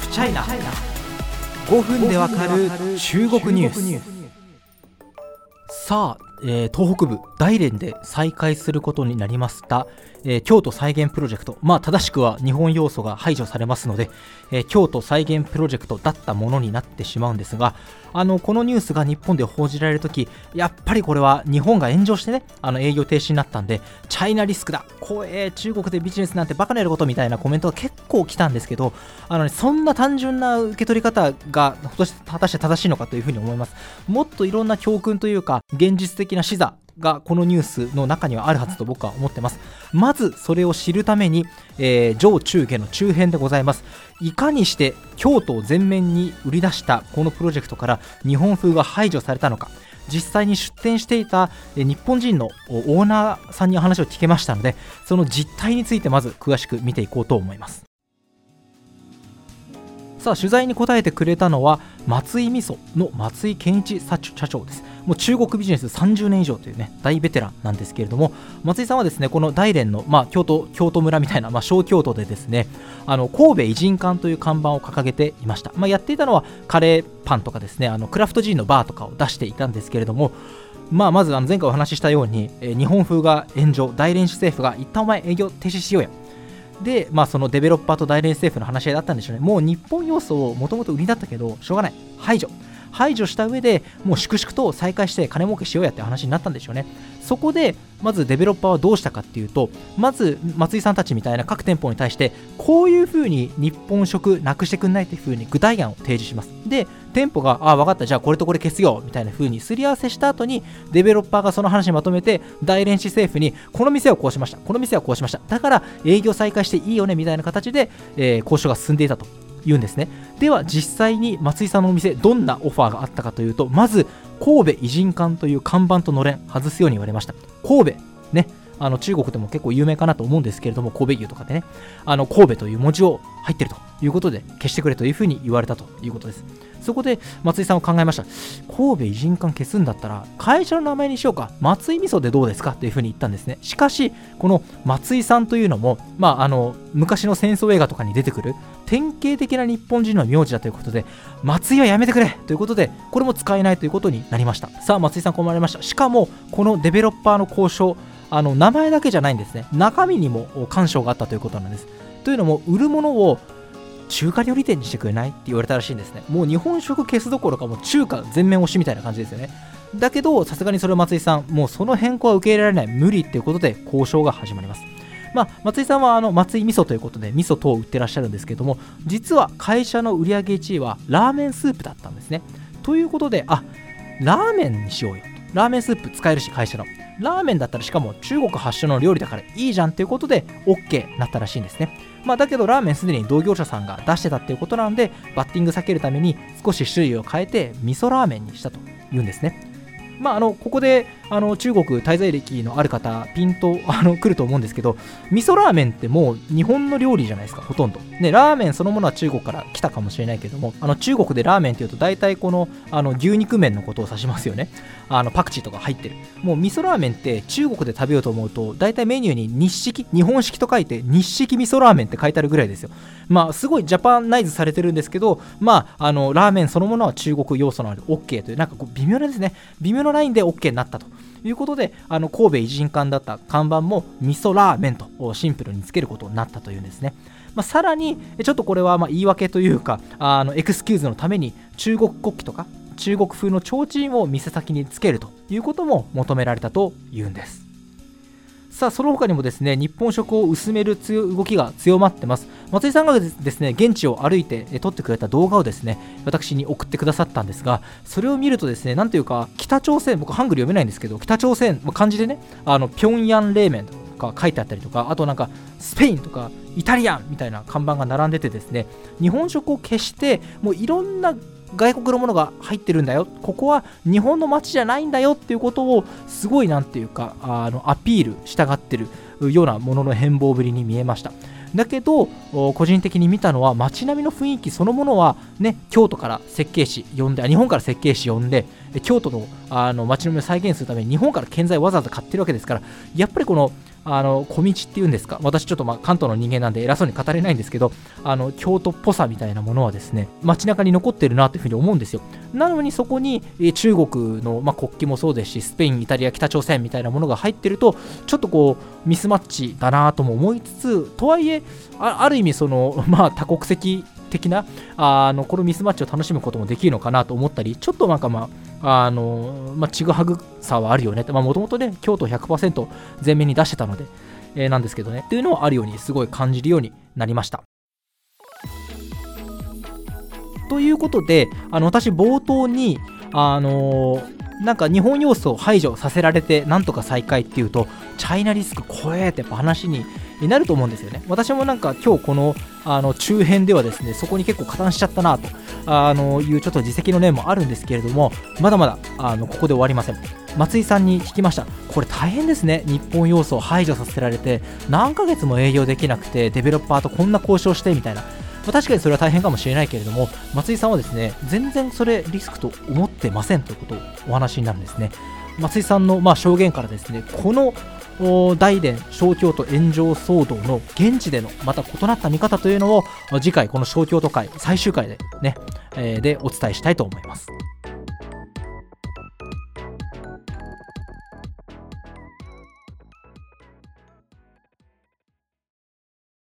フチャイナ、5分でわかる中国ニュース。さあ、東北部大連で再開することになりました、京都再現プロジェクト、正しくは日本要素が排除されますので、京都再現プロジェクトだったものになってしまうんですが、このニュースが日本で報じられるとき、やっぱりこれは日本が炎上してね、営業停止になったんでチャイナリスクだ、中国でビジネスなんてバカなやることみたいなコメントが結構来たんですけど、そんな単純な受け取り方が果たして正しいのかというふうに思います。もっといろんな教訓というか現実的な視座がこのニュースの中にはあるはずと僕は思ってます。まずそれを知るために、上中下の中編でございます。いかにして京都を前面に売り出したこのプロジェクトから日本風が排除されたのか、実際に出展していた日本人のオーナーさんに話を聞けましたので、その実態についてまず詳しく見ていこうと思います。さあ、取材に答えてくれたのは松井味噌の松井健一社長です。もう中国ビジネス30年以上というね、大ベテランなんですけれども、松井さんはですね、この大連の、京都村みたいな、小京都でですね、神戸偉人館という看板を掲げていました。やっていたのはカレーパンとかですね、クラフトジンのバーとかを出していたんですけれども、まず前回お話ししたように、日本風が炎上、大連市政府が一旦お前営業停止しようやで、そのデベロッパーと大連政府の話し合いだったんでしょうね。もう日本要素をもともと売りだったけどしょうがない、排除した上でもう粛々と再開して金儲けしようやって話になったんでしょうね。そこでまずデベロッパーはどうしたかっていうと、まず松井さんたちみたいな各店舗に対してこういう風に日本食なくしてくんないっていう風に具体案を提示します。で、店舗が分かった、じゃあこれとこれ消すよみたいな風にすり合わせした後に、デベロッパーがその話にまとめて大連市政府にこの店はこうしました、この店はこうしました、だから営業再開していいよねみたいな形で、交渉が進んでいたと言うんですね。では実際に松井さんのお店どんなオファーがあったかというと、まず神戸偉人館という看板とのれん外すように言われました。神戸ね、中国でも結構有名かなと思うんですけれども、神戸牛とかでね、神戸という文字を入ってるということで消してくれというふうに言われたということです。そこで松井さんは考えました。神戸偉人館消すんだったら会社の名前にしようか、松井味噌でどうですかというふうに言ったんですね。しかしこの松井さんというのも、昔の戦争映画とかに出てくる典型的な日本人の名字だということで、松井はやめてくれということで、これも使えないということになりました。さあ、松井さん困りました。しかもこのデベロッパーの交渉、名前だけじゃないんですね。中身にも干渉があったということなんです。というのも、売るものを中華料理店にしてくれないって言われたらしいんですね。もう日本食消すどころか、もう中華全面押しみたいな感じですよね。だけどさすがにそれを松井さん、もうその変更は受け入れられない、無理っていうことで交渉が始まります。松井さんは松井味噌ということで味噌等を売ってらっしゃるんですけども、実は会社の売上1位はラーメンスープだったんですね。ということで、ラーメンにしようよと、ラーメンスープ使えるし、会社のラーメンだったらしかも中国発祥の料理だからいいじゃんということで OK になったらしいんですね。だけどラーメンすでに同業者さんが出してたっていうことなんで、バッティング避けるために少し種類を変えて味噌ラーメンにしたというんですね。ここで中国滞在歴のある方ピンと来ると思うんですけど、味噌ラーメンってもう日本の料理じゃないですか、ほとんどね。ラーメンそのものは中国から来たかもしれないけども、中国でラーメンっていうと大体この牛肉麺のことを指しますよね。パクチーとか入ってる。もう味噌ラーメンって中国で食べようと思うと大体メニューに日本式と書いて日式味噌ラーメンって書いてあるぐらいですよ。すごいジャパンナイズされてるんですけど、ラーメンそのものは中国要素のある OK という、なんかこう微妙なですね、微妙なラインで OK になったということで、神戸偉人館だった看板も味噌ラーメンとシンプルにつけることになったというんですね。さらにちょっとこれは言い訳というかエクスキューズのために中国国旗とか中国風の提灯を店先につけるということも求められたというんです。さあ、その他にもですね、日本食を薄める動きが強まってます。松井さんがですね、現地を歩いて撮ってくれた動画をですね、私に送ってくださったんですが、それを見るとですね、なんというか北朝鮮、僕ハングル読めないんですけど、北朝鮮漢字でね、平壌冷麺とか書いてあったりとか、あとなんかスペインとかイタリアンみたいな看板が並んでてですね、日本食を消してもういろんな外国のものが入ってるんだよ、ここは日本の街じゃないんだよっていうことをすごいなんていうかアピールしたがってるようなものの変貌ぶりに見えました。だけど個人的に見たのは街並みの雰囲気そのものはね、京都から設計士呼んで、日本から設計士呼んで京都の街並みを再現するために日本から建材をわざわざ買ってるわけですから、やっぱりこの小道っていうんですか、私ちょっと関東の人間なんで偉そうに語れないんですけど、京都っぽさみたいなものはですね、街中に残ってるなというふうに思うんですよ。なのにそこに、中国の、国旗もそうですし、スペイン、イタリア、北朝鮮みたいなものが入ってると、ちょっとこうミスマッチだなとも思いつつ、とはいえ ある意味その、多国籍的なこのミスマッチを楽しむこともできるのかなと思ったり、ちょっとちぐはぐさはあるよねって、もともとね京都 100% 前面に出してたので、なんですけどねっていうのはあるようにすごい感じるようになりました。ということで私冒頭になんか日本要素を排除させられてなんとか再開っていうとチャイナリスク怖えってやっぱ話になると思うんですよね。私もなんか今日この中編ではですねそこに結構加担しちゃったなというちょっと自責の念もあるんですけれども、まだまだここで終わりません。松井さんに聞きました。これ大変ですね、日本要素を排除させられて何ヶ月も営業できなくてデベロッパーとこんな交渉してみたいな。確かにそれは大変かもしれないけれども、松井さんはですね全然それリスクと思ってませんということをお話になるんですね。松井さんの証言からですね、この大連小京都炎上騒動の現地でのまた異なった見方というのを次回この小京都会最終回でね、でお伝えしたいと思います。